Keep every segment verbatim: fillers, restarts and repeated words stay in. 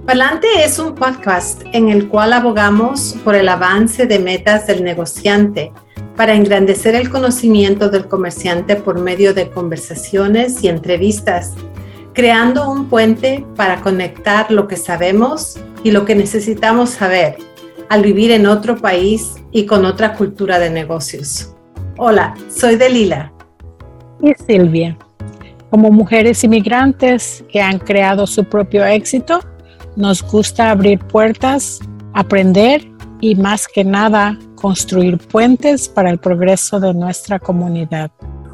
Palante es un podcast en el cual abogamos por el avance de metas del negociante para engrandecer el conocimiento del comerciante por medio de conversaciones y entrevistas, creando un puente para conectar lo que sabemos y lo que necesitamos saber al vivir en otro país y con otra cultura de negocios. Hola, soy Delila. Y Silvia. Como mujeres inmigrantes que han creado su propio éxito, nos gusta abrir puertas, aprender y más que nada construir puentes para el progreso de nuestra comunidad.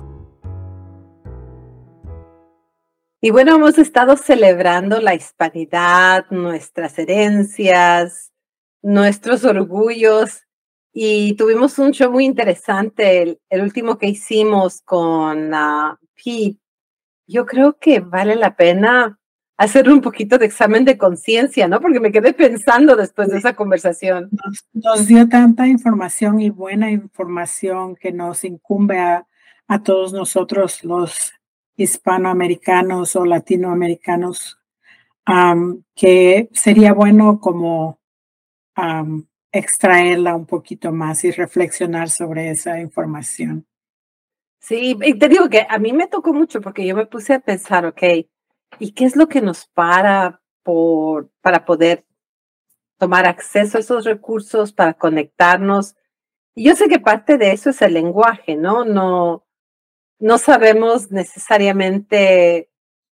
Y bueno, hemos estado celebrando la hispanidad, nuestras herencias, nuestros orgullos y tuvimos un show muy interesante, el, el último que hicimos con uh, Pete. Yo creo que vale la pena hacer un poquito de examen de conciencia, ¿no? Porque me quedé pensando después de esa conversación. Nos, nos dio tanta información y buena información que nos incumbe a, a todos nosotros, los hispanoamericanos o latinoamericanos, um, que sería bueno como um, extraerla un poquito más y reflexionar sobre esa información. Sí, y te digo que a mí me tocó mucho porque yo me puse a pensar, ok, ¿y qué es lo que nos para por, para poder tomar acceso a esos recursos, para conectarnos? Y yo sé que parte de eso es el lenguaje, ¿no? No, no sabemos necesariamente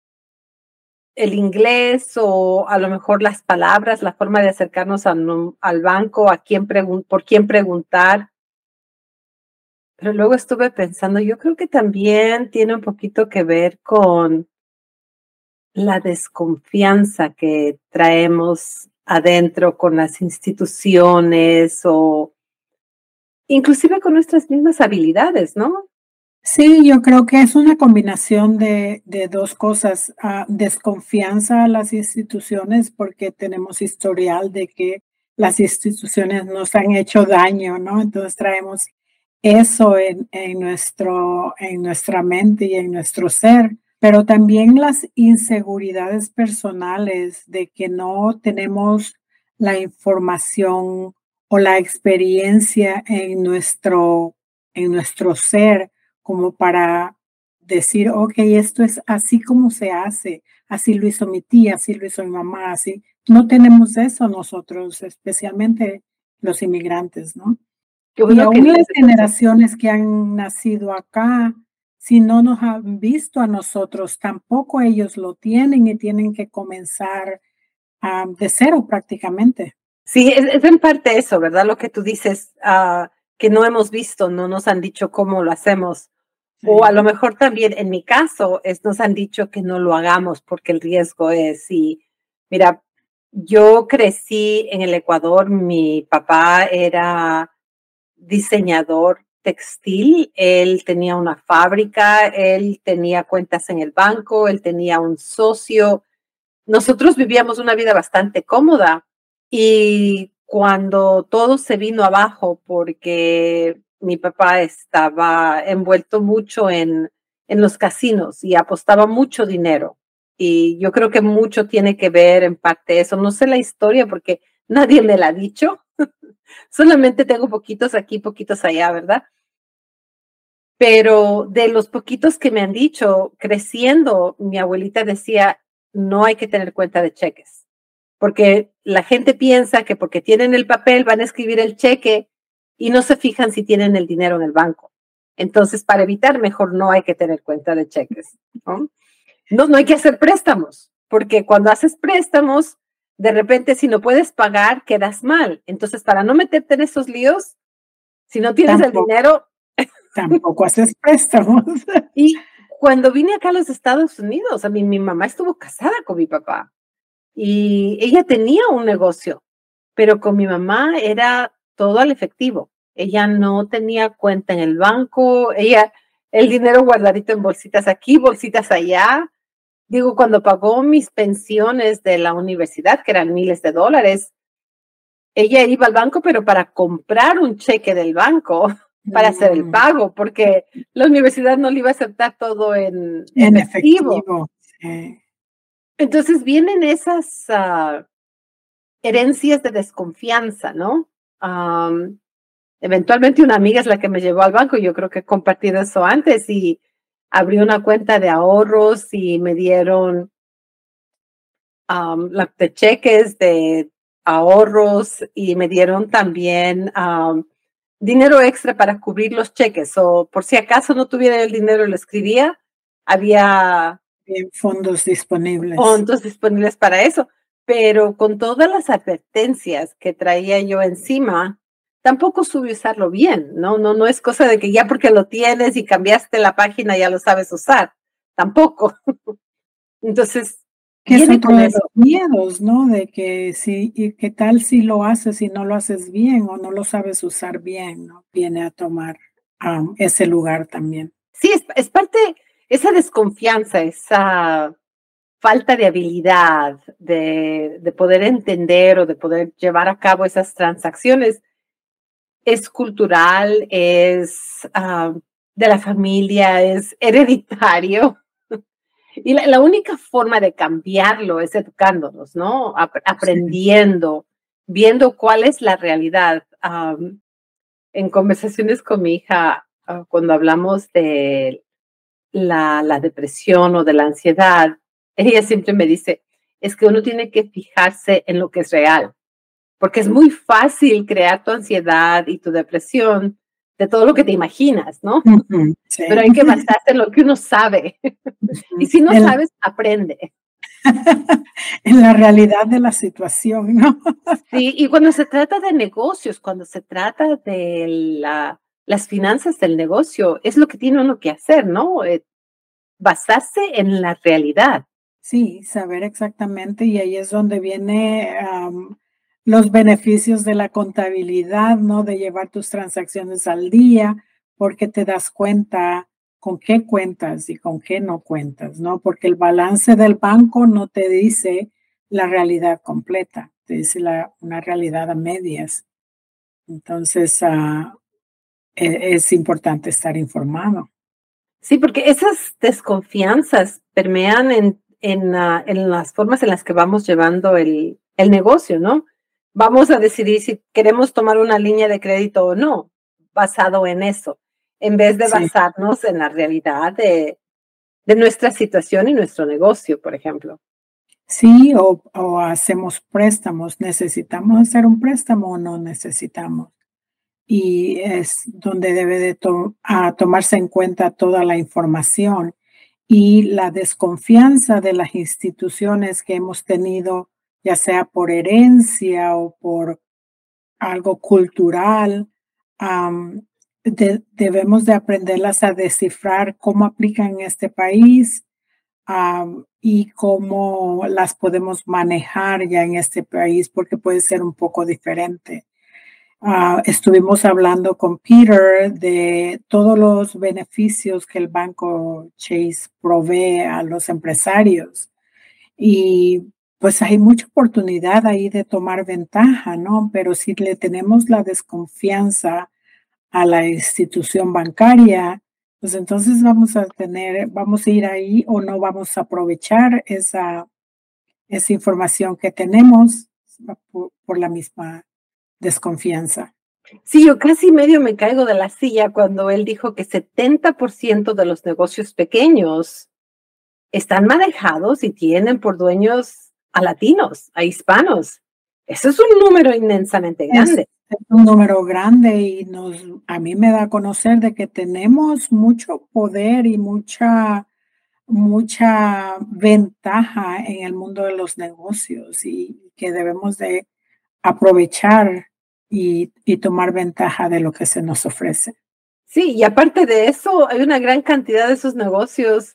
el inglés o a lo mejor las palabras, la forma de acercarnos a, al banco, a quién pregun- por quién preguntar. Pero luego estuve pensando, yo creo que también tiene un poquito que ver con la desconfianza que traemos adentro con las instituciones o inclusive con nuestras mismas habilidades, ¿no? Sí, yo creo que es una combinación de, de dos cosas. Uh, desconfianza a las instituciones porque tenemos historial de que las instituciones nos han hecho daño, ¿no? Entonces traemos eso en, en, nuestro, en nuestra mente y en nuestro ser, pero también las inseguridades personales de que no tenemos la información o la experiencia en nuestro, en nuestro ser como para decir, ok, esto es así como se hace, así lo hizo mi tía, así lo hizo mi mamá, así. No tenemos eso nosotros, especialmente los inmigrantes, ¿no? Y aún las generaciones que han nacido acá, si no nos han visto a nosotros, tampoco ellos lo tienen y tienen que comenzar um, de cero prácticamente. Sí, es, es en parte eso, ¿verdad? Lo que tú dices, uh, que no hemos visto, no nos han dicho cómo lo hacemos. Sí. O a lo mejor también, en mi caso, es, nos han dicho que no lo hagamos porque el riesgo es, y mira, yo crecí en el Ecuador, mi papá era diseñador textil, él tenía una fábrica, él tenía cuentas en el banco, él tenía un socio. Nosotros vivíamos una vida bastante cómoda y cuando todo se vino abajo porque mi papá estaba envuelto mucho en, en los casinos y apostaba mucho dinero. Y yo creo que mucho tiene que ver en parte eso. No sé la historia porque nadie me la ha dicho. Solamente tengo poquitos aquí, poquitos allá, ¿verdad? Pero de los poquitos que me han dicho, creciendo, mi abuelita decía, no hay que tener cuenta de cheques, porque la gente piensa que porque tienen el papel van a escribir el cheque y no se fijan si tienen el dinero en el banco. Entonces, para evitar, mejor no hay que tener cuenta de cheques, ¿no? No, no hay que hacer préstamos, porque cuando haces préstamos, de repente, si no puedes pagar, quedas mal. Entonces, para no meterte en esos líos, si no tienes tampoco, el dinero... tampoco haces préstamos. Y cuando vine acá a los Estados Unidos, a mí, mi mamá estuvo casada con mi papá y ella tenía un negocio, pero con mi mamá era todo al efectivo. Ella no tenía cuenta en el banco, ella, el dinero guardadito en bolsitas aquí, bolsitas allá. Digo, cuando pagó mis pensiones de la universidad, que eran miles de dólares, ella iba al banco, pero para comprar un cheque del banco, para mm. hacer el pago, porque la universidad no le iba a aceptar todo en, en efectivo. efectivo. Sí. Entonces vienen esas, uh, herencias de desconfianza, ¿no? Um, eventualmente una amiga es la que me llevó al banco, yo creo que he compartido eso antes, y abrí una cuenta de ahorros y me dieron um, la, de cheques de ahorros y me dieron también um, dinero extra para cubrir los cheques. O por si acaso no tuviera el dinero, lo escribía, había Bien, fondos disponibles. fondos disponibles para eso. Pero con todas las advertencias que traía yo encima, tampoco supe usarlo bien, ¿no? No, no es cosa de que ya porque lo tienes y cambiaste la página ya lo sabes usar. Tampoco. Entonces, Que es viene otro con de eso. los miedos, ¿no? De que si, y qué tal si lo haces y no lo haces bien o no lo sabes usar bien, ¿no? Viene a tomar um, ese lugar también. Sí, es, es parte, esa desconfianza, esa falta de habilidad de, de poder entender o de poder llevar a cabo esas transacciones es cultural, es uh, de la familia, es hereditario. Y la, la única forma de cambiarlo es educándonos, ¿no? Ap- aprendiendo, viendo cuál es la realidad. Um, en conversaciones con mi hija, uh, cuando hablamos de la, la depresión o de la ansiedad, ella siempre me dice, es que uno tiene que fijarse en lo que es real, porque es muy fácil crear tu ansiedad y tu depresión de todo lo que te imaginas, ¿no? Ujú, sí. Pero hay que basarse en lo que uno sabe. Y si no En- sabes, aprende. en la realidad de la situación, ¿no? Sí, y cuando se trata de negocios, cuando se trata de la, las finanzas del negocio, es lo que tiene uno que hacer, ¿no? Eh, basarse en la realidad. Sí, saber exactamente, y ahí es donde viene am, los beneficios de la contabilidad, ¿no? De llevar tus transacciones al día, porque te das cuenta con qué cuentas y con qué no cuentas, ¿no? Porque el balance del banco no te dice la realidad completa, te dice la, una realidad a medias. Entonces, ah, e- es importante estar informado. Sí, porque esas desconfianzas permean en, en, uh, en las formas en las que vamos llevando el, el negocio, ¿no? Vamos a decidir si queremos tomar una línea de crédito o no, basado en eso, en vez de Sí. basarnos en la realidad de, de nuestra situación y nuestro negocio, por ejemplo. Sí, o, o hacemos préstamos. ¿Necesitamos hacer un préstamo o no necesitamos? Y es donde debe de to- a tomarse en cuenta toda la información y la desconfianza de las instituciones que hemos tenido, ya sea por herencia o por algo cultural. am, de- debemos de aprenderlas a descifrar cómo aplican en este país, am, y cómo las podemos manejar ya en este país, porque puede ser un poco diferente. Ah, estuvimos hablando con Peter de todos los beneficios que el banco Chase provee a los empresarios, y pues hay mucha oportunidad ahí de tomar ventaja, ¿no? Pero si le tenemos la desconfianza a la institución bancaria, pues entonces vamos a tener, vamos a ir ahí o no vamos a aprovechar esa, esa información que tenemos por, por la misma desconfianza. Sí, yo casi medio me caigo de la silla cuando él dijo que setenta por ciento de los negocios pequeños están manejados y tienen por dueños a latinos, a hispanos. Eso es un número inmensamente Es, grande. es un número grande y nos, a mí me da a conocer de que tenemos mucho poder y mucha, mucha ventaja en el mundo de los negocios, y que debemos de aprovechar y, y tomar ventaja de lo que se nos ofrece. Sí, y aparte de eso, hay una gran cantidad de esos negocios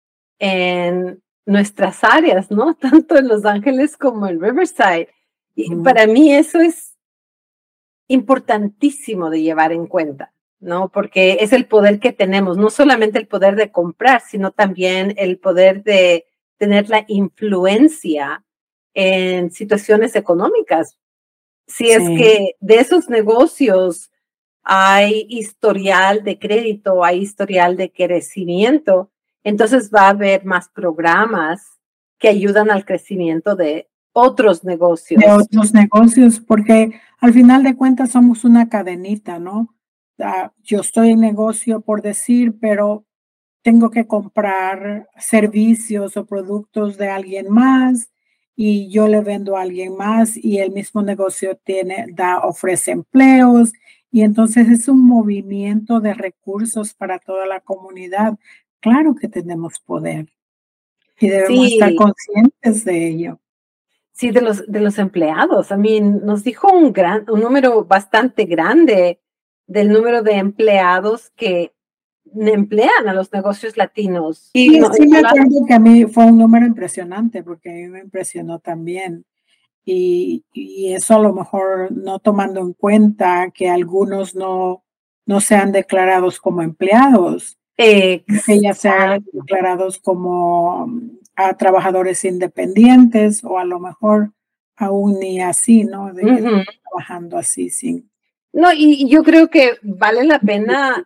en nuestras áreas, ¿no? Tanto en Los Ángeles como en Riverside. Y Mm, para mí eso es importantísimo de llevar en cuenta, ¿no? Porque es el poder que tenemos, no solamente el poder de comprar, sino también el poder de tener la influencia en situaciones económicas. Si es sí, que de esos negocios hay historial de crédito, hay historial de crecimiento, entonces va a haber más programas que ayudan al crecimiento de, otros negocios. De otros negocios, porque al final de cuentas somos una cadenita, ¿no? Uh, yo estoy en negocio por decir, pero tengo que comprar servicios o productos de alguien más y yo le vendo a alguien más y el mismo negocio tiene, da, ofrece empleos y entonces es un movimiento de recursos para toda la comunidad. Claro que tenemos poder y debemos Sí. estar conscientes de ello. Sí, de los, de los empleados. A mí nos dijo un gran, un número bastante grande del número de empleados que emplean a los negocios latinos. Y sí, no, sí me acuerdo que a mí fue un número impresionante porque a mí me impresionó también. Y, y eso a lo mejor no tomando en cuenta que algunos no, no sean declarados como empleados, que ya sean declarados como a trabajadores independientes o a lo mejor aún ni así, ¿no? De que uh-huh. están trabajando así sin. No, y yo creo que vale la pena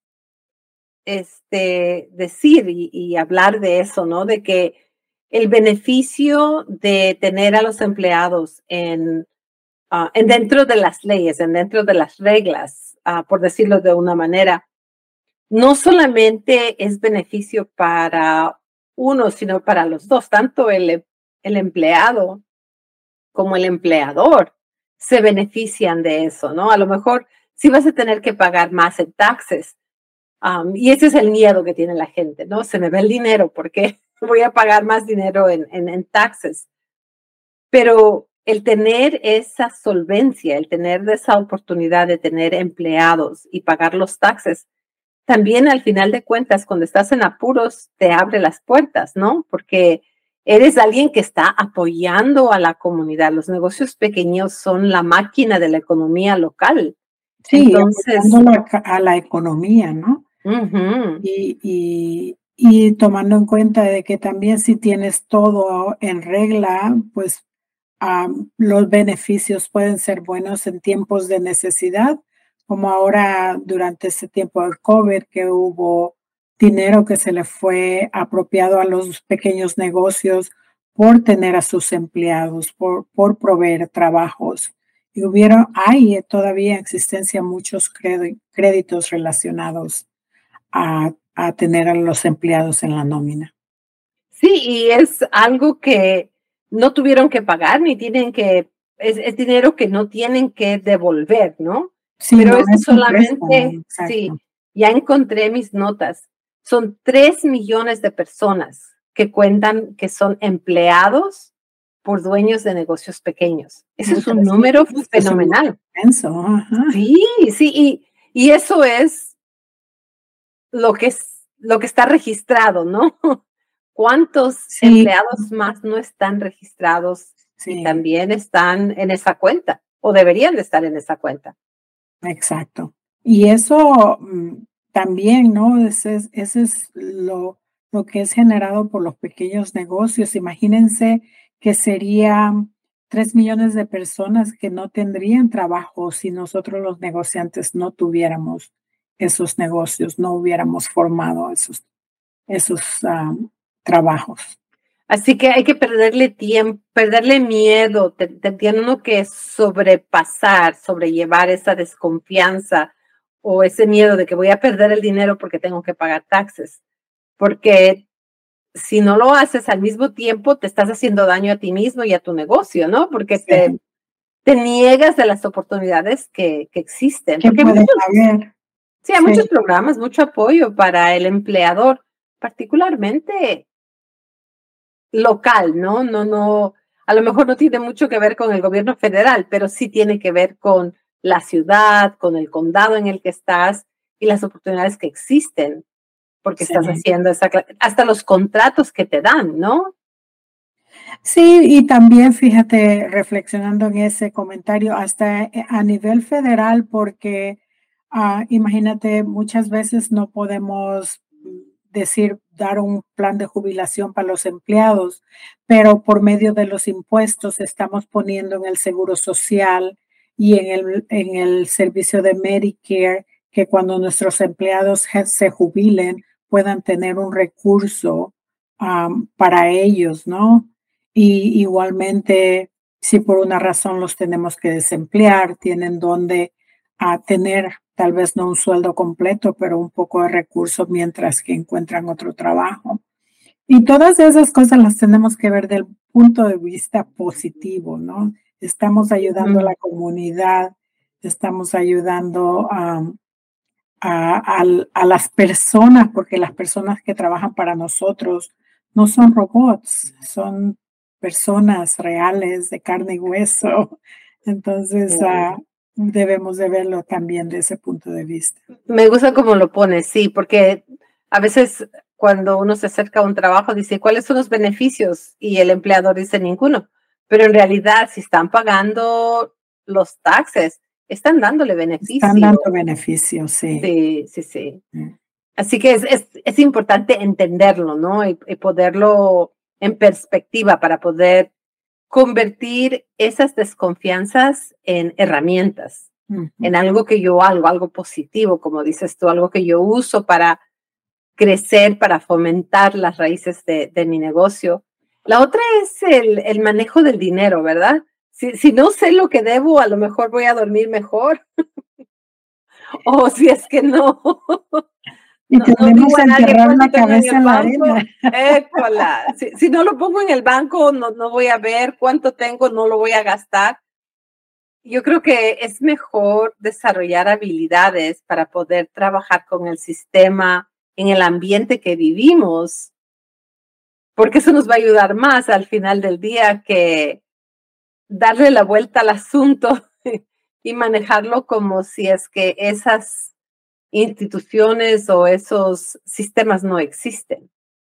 este, decir y, y hablar de eso, ¿no? De que el beneficio de tener a los empleados en, uh, en dentro de las leyes, en dentro de las reglas, uh, por decirlo de una manera, no solamente es beneficio para uno, sino para los dos, tanto el, el empleado como el empleador se benefician de eso, ¿no? A lo mejor sí vas a tener que pagar más en taxes, um, y ese es el miedo que tiene la gente, ¿no? Se me va el dinero, ¿por qué voy a pagar más dinero en, en, en taxes? Pero el tener esa solvencia, el tener esa oportunidad de tener empleados y pagar los taxes, también al final de cuentas, cuando estás en apuros, te abre las puertas, ¿no? Porque eres alguien que está apoyando a la comunidad. Los negocios pequeños son la máquina de la economía local. Sí, entonces a, a la economía, ¿no? Uh-huh. Y, y, y tomando en cuenta de que también si tienes todo en regla, pues um, los beneficios pueden ser buenos en tiempos de necesidad, como ahora durante este tiempo del COVID, que hubo dinero que se le fue apropiado a los pequeños negocios por tener a sus empleados, por, por proveer trabajos. Y hubieron, hay todavía en existencia muchos créditos relacionados a, a tener a los empleados en la nómina. Sí, y es algo que no tuvieron que pagar ni tienen que, es, es dinero que no tienen que devolver, ¿no? Sí, pero no, es, es solamente, préstamo, sí, ya encontré mis notas, son tres millones de personas que cuentan que son empleados por dueños de negocios pequeños. Ese es un número fenomenal. Es un sí, sí, y, y eso es lo que, es lo que está registrado, ¿no? ¿Cuántos sí. empleados más no están registrados sí. y también están en esa cuenta o deberían de estar en esa cuenta? Exacto. Y eso mm, también, ¿no? Ese es, ese es lo, lo que es generado por los pequeños negocios. Imagínense que serían tres millones de personas que no tendrían trabajo si nosotros los negociantes no tuviéramos esos negocios, no hubiéramos formado esos, esos um, trabajos. Así que hay que perderle tiempo, perderle miedo, te, te tiene uno que sobrepasar, sobrellevar esa desconfianza o ese miedo de que voy a perder el dinero porque tengo que pagar taxes. Porque si no lo haces al mismo tiempo, te estás haciendo daño a ti mismo y a tu negocio, ¿no? Porque sí. te, te niegas de las oportunidades que, que existen. ¿Qué porque puede muchos, haber? Sí, hay sí. muchos programas, mucho apoyo para el empleador, particularmente local, ¿no? No, no, a lo mejor no tiene mucho que ver con el gobierno federal, pero sí tiene que ver con la ciudad, con el condado en el que estás y las oportunidades que existen, porque sí. estás haciendo esa, hasta los contratos que te dan, ¿no? Sí, y también fíjate, reflexionando en ese comentario, hasta a nivel federal, porque uh, imagínate, muchas veces no podemos decir, dar un plan de jubilación para los empleados, pero por medio de los impuestos estamos poniendo en el seguro social y en el, en el servicio de Medicare, que cuando nuestros empleados se jubilen puedan tener un recurso um, para ellos, ¿no? Y igualmente, si por una razón los tenemos que desemplear, tienen donde a tener tal vez no un sueldo completo, pero un poco de recursos mientras que encuentran otro trabajo. Y todas esas cosas las tenemos que ver del punto de vista positivo, ¿no? Estamos ayudando a la comunidad, estamos ayudando a, a, a, a las personas, porque las personas que trabajan para nosotros no son robots, son personas reales de carne y hueso. Entonces, uh, debemos de verlo también de ese punto de vista. Me gusta cómo lo pones, sí, porque a veces cuando uno se acerca a un trabajo dice, ¿cuáles son los beneficios? Y el empleador dice ninguno. Pero en realidad, si están pagando los taxes, están dándole beneficios. Están dando beneficios, sí. Sí, sí, sí. Mm. Así que es, es, es importante entenderlo, ¿no? Y, y poderlo en perspectiva para poder convertir esas desconfianzas en herramientas, uh-huh. en algo que yo hago, algo positivo, como dices tú, algo que yo uso para crecer, para fomentar las raíces de, de mi negocio. La otra es el, el manejo del dinero, ¿verdad? Si, si no sé lo que debo, a lo mejor voy a dormir mejor. O si es que no. Y no, tenemos no que enterrar la cabeza en la arena. Écola. Si, si no lo pongo en el banco, no, no voy a ver cuánto tengo, no lo voy a gastar. Yo creo que es mejor desarrollar habilidades para poder trabajar con el sistema en el ambiente que vivimos, porque eso nos va a ayudar más al final del día que darle la vuelta al asunto y manejarlo como si es que esas instituciones o esos sistemas no existen.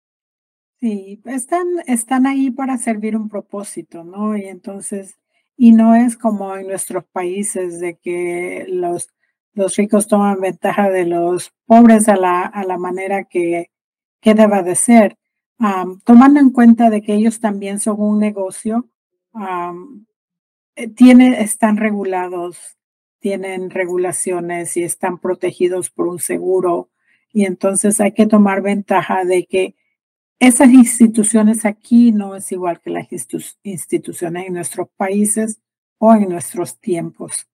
Sí, están, están ahí para servir un propósito, ¿no? Y entonces, y no es como en nuestros países de que los, los ricos toman ventaja de los pobres a la, a la manera que, que deba de ser. Um, tomando en cuenta de que ellos también son un negocio, um, tiene, están regulados, tienen regulaciones y están protegidos por un seguro. Y entonces hay que tomar ventaja de que esas instituciones aquí no es igual que las instituciones en nuestros países o en nuestros tiempos.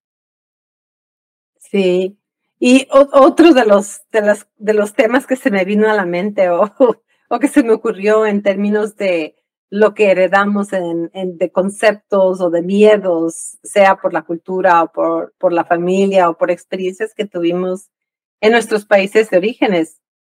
Sí. Y o, otro de los, de, las, de los temas que se me vino a la mente o, o que se me ocurrió en términos de lo que heredamos en, en, de conceptos o de miedos, sea por la cultura o por, por la familia o por experiencias que tuvimos en nuestros países de orígenes.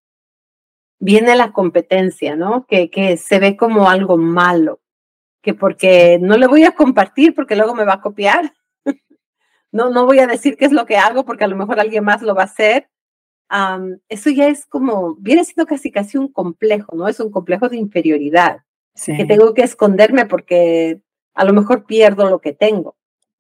Viene la competencia, ¿no? Que, que se ve como algo malo, que porque no le voy a compartir porque luego me va a copiar. no, no voy a decir qué es lo que hago porque a lo mejor alguien más lo va a hacer. Um, eso ya es como, viene siendo casi casi un complejo, ¿no? Es un complejo de inferioridad. Sí. Que tengo que esconderme porque a lo mejor pierdo lo que tengo.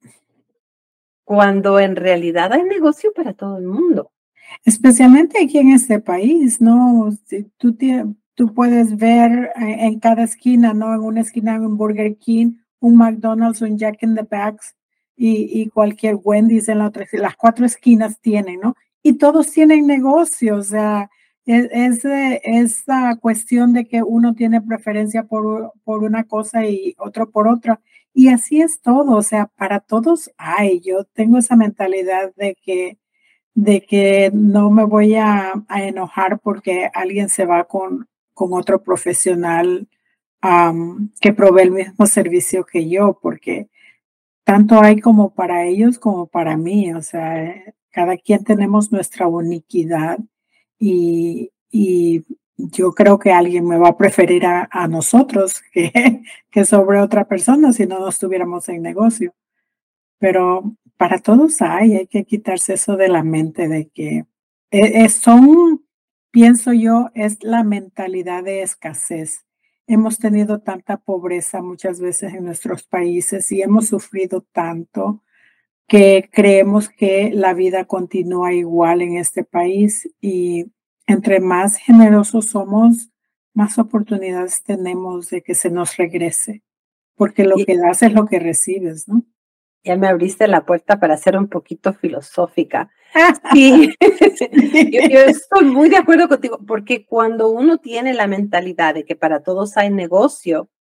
Cuando en realidad hay negocio para todo el mundo. Especialmente aquí en este país, ¿no? Si tú, te, tú puedes ver en cada esquina, ¿no? En una esquina hay un Burger King, un McDonald's, un Jack in the Box y, y cualquier Wendy's en la otra. Las cuatro esquinas tienen, ¿no? Y todos tienen negocios, o sea, es, es esa cuestión de que uno tiene preferencia por, por una cosa y otro por otra. Y así es todo, o sea, para todos hay. Yo tengo esa mentalidad de que de que no me voy a, a enojar porque alguien se va con, con otro profesional um, que provee el mismo servicio que yo, porque tanto hay como para ellos como para mí, o sea, eh, cada quien tenemos nuestra uniquidad y, y yo creo que alguien me va a preferir a, a nosotros que, que sobre otra persona si no nos tuviéramos en negocio. Pero para todos hay, hay que quitarse eso de la mente de que es, son, pienso yo, es la mentalidad de escasez. Hemos tenido tanta pobreza muchas veces en nuestros países y hemos sufrido tanto que creemos que la vida continúa igual en este país y entre más generosos somos, más oportunidades tenemos de que se nos regrese, porque lo que das es lo que recibes, ¿no? Ya me abriste la puerta para ser un poquito filosófica. Sí, yo, yo estoy muy de acuerdo contigo, porque cuando uno tiene la mentalidad de que para todos hay negocio,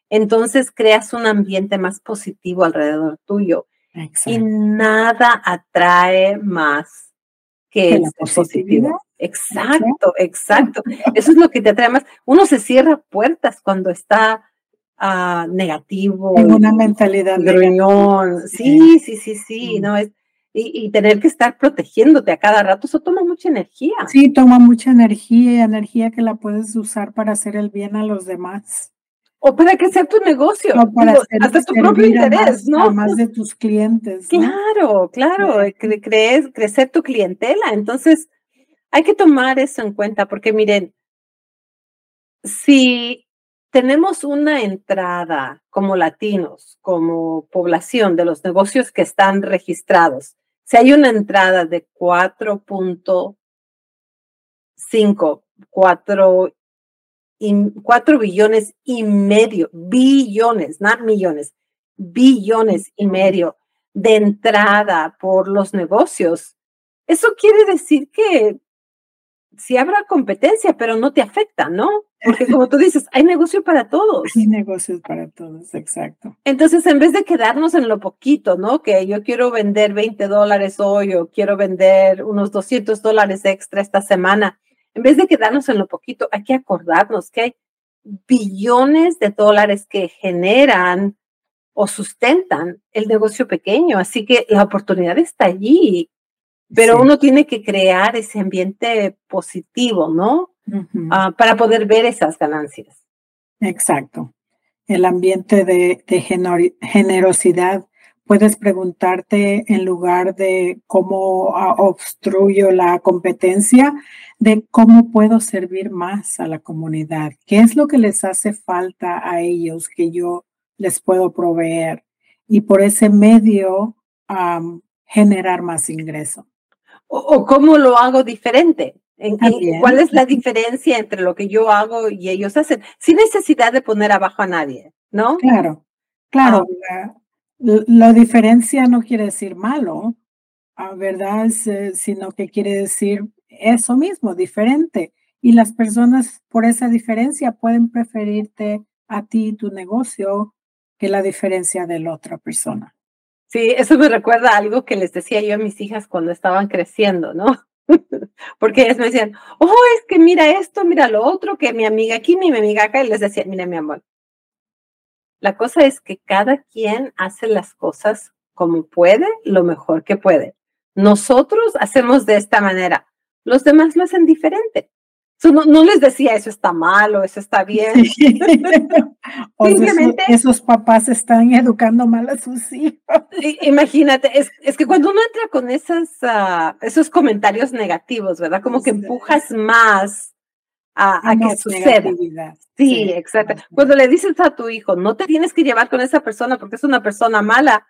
entonces creas un ambiente más positivo alrededor tuyo. Exacto. Y nada atrae más que el positivo. Exacto, exacto. Eso es lo que te atrae más. Uno se cierra puertas cuando está uh, negativo. En una mentalidad gruñón. Sí, sí, sí, sí. Mm. No, es, y, y tener que estar protegiéndote a cada rato, eso toma mucha energía. Sí, toma mucha energía, energía que la puedes usar para hacer el bien a los demás. O para crecer tu negocio, o para digo, hacer, hasta tu propio interés, más, ¿no? A más de tus clientes, ¿no? Claro, claro, sí. cre crees, crecer tu clientela. Entonces, hay que tomar eso en cuenta, porque miren, si tenemos una entrada como latinos, como población de los negocios que están registrados, si hay una entrada de cuatro punto cinco, cuatro Y cuatro billones y medio, billones, no millones, billones y medio de entrada por los negocios. Eso quiere decir que sí habrá competencia, pero no te afecta, ¿no? Porque como tú dices, hay negocio para todos. Hay negocios para todos, exacto. Entonces, en vez de quedarnos en lo poquito, ¿no? Que yo quiero vender veinte dólares hoy o quiero vender unos doscientos dólares extra esta semana, en vez de quedarnos en lo poquito, hay que acordarnos que hay billones de dólares que generan o sustentan el negocio pequeño. Así que la oportunidad está allí, pero sí. Uno tiene que crear ese ambiente positivo, ¿no? Uh-huh. uh, para poder ver esas ganancias. Exacto. El ambiente de, de gener- generosidad. Puedes preguntarte, en lugar de cómo uh, obstruyo la competencia, de cómo puedo servir más a la comunidad. ¿Qué es lo que les hace falta a ellos que yo les puedo proveer? Y por ese medio um, generar más ingreso. O, o cómo lo hago diferente. ¿En, en, ¿Cuál es la diferencia entre lo que yo hago y ellos hacen? Sin necesidad de poner abajo a nadie, ¿no? Claro, claro. Ah. La, la diferencia no quiere decir malo, ¿verdad? Eh, sino que quiere decir eso mismo, diferente. Y las personas por esa diferencia pueden preferirte a ti y tu negocio que la diferencia de la otra persona. Sí, eso me recuerda a algo que les decía yo a mis hijas cuando estaban creciendo, ¿no? Porque ellas me decían, oh, es que mira esto, mira lo otro, que mi amiga aquí, mi amiga acá, y les decía, mira mi amor, la cosa es que cada quien hace las cosas como puede, lo mejor que puede. Nosotros hacemos de esta manera, los demás lo hacen diferente. So, no, no les decía, eso está mal o eso está bien. Sí. Simplemente, esos, esos papás están educando mal a sus hijos. Imagínate, es, es que cuando uno entra con esas, uh, esos comentarios negativos, ¿verdad? Como que empujas más a, a que suceda. Sí, sí, exacto. Sí. Cuando le dices a tu hijo, no te tienes que llevar con esa persona porque es una persona mala,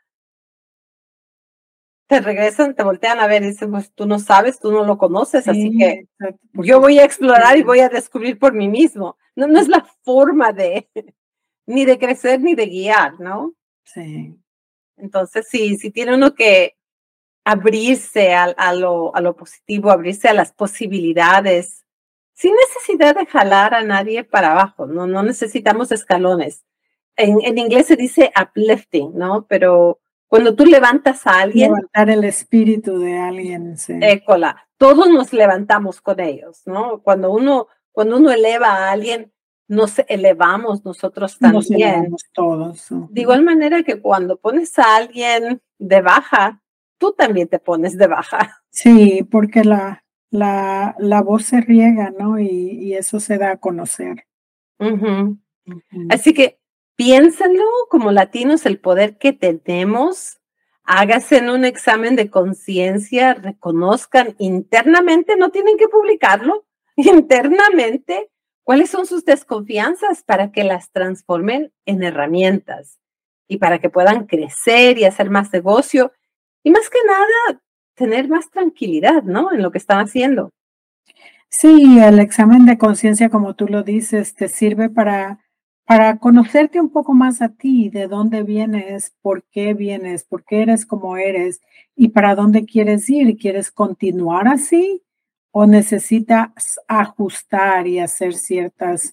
te regresan, te voltean a ver y dicen, pues tú no sabes, tú no lo conoces, sí, así que exacto. Yo voy a explorar sí. y voy a descubrir por mí mismo. No, no es la forma de, ni de crecer ni de guiar, ¿no? Sí. Entonces, sí, sí tiene uno que abrirse a, a, lo, a lo positivo, abrirse a las posibilidades, sin necesidad de jalar a nadie para abajo, no, no necesitamos escalones. En, en inglés se dice uplifting, ¿no? Pero cuando tú levantas a alguien... Levantar el espíritu de alguien, sí. Écola, todos nos levantamos con ellos, ¿no? Cuando uno, cuando uno eleva a alguien, nos elevamos nosotros también. Nos elevamos todos. Uh-huh. De igual manera que cuando pones a alguien de baja, tú también te pones de baja. Sí, porque la, la, la voz se riega, ¿no? Y, y eso se da a conocer. Uh-huh. Uh-huh. Así que piénsenlo como latinos, el poder que tenemos. Háganse en un examen de conciencia, reconozcan internamente, no tienen que publicarlo, internamente, cuáles son sus desconfianzas para que las transformen en herramientas y para que puedan crecer y hacer más negocio y más que nada tener más tranquilidad, ¿no? En lo que están haciendo. Sí, el examen de conciencia, como tú lo dices, te sirve para, para conocerte un poco más a ti, de dónde vienes, por qué vienes, por qué eres como eres y para dónde quieres ir. ¿Quieres continuar así o necesitas ajustar y hacer ciertas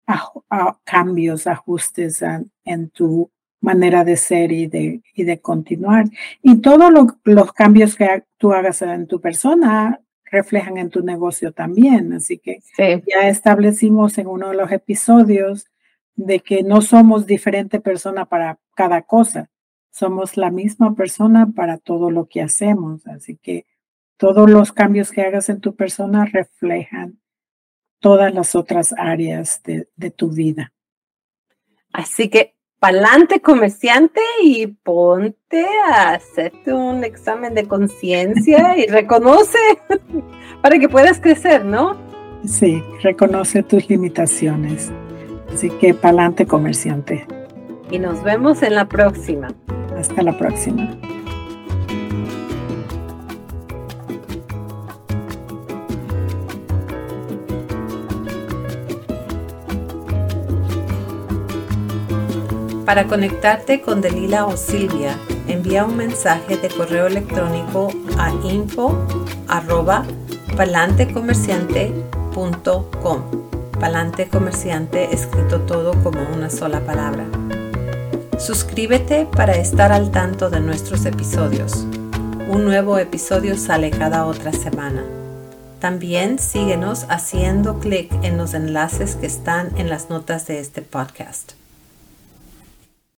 a, a cambios, ajustes en, en tu manera de ser y de, y de continuar. Y todos lo, los cambios que tú hagas en tu persona reflejan en tu negocio también. Así que sí. Ya establecimos en uno de los episodios de que no somos diferente persona para cada cosa. Somos la misma persona para todo lo que hacemos. Así que todos los cambios que hagas en tu persona reflejan todas las otras áreas de, de tu vida. Así que pa'lante, comerciante, y ponte a hacerte un examen de conciencia y reconoce para que puedas crecer, ¿no? Sí, reconoce tus limitaciones. Así que pa'lante, comerciante. Y nos vemos en la próxima. Hasta la próxima. Para conectarte con Delila o Silvia, envía un mensaje de correo electrónico a info arroba palantecomerciante punto com. Palante Comerciante escrito todo como una sola palabra. Suscríbete para estar al tanto de nuestros episodios. Un nuevo episodio sale cada otra semana. También síguenos haciendo clic en los enlaces que están en las notas de este podcast.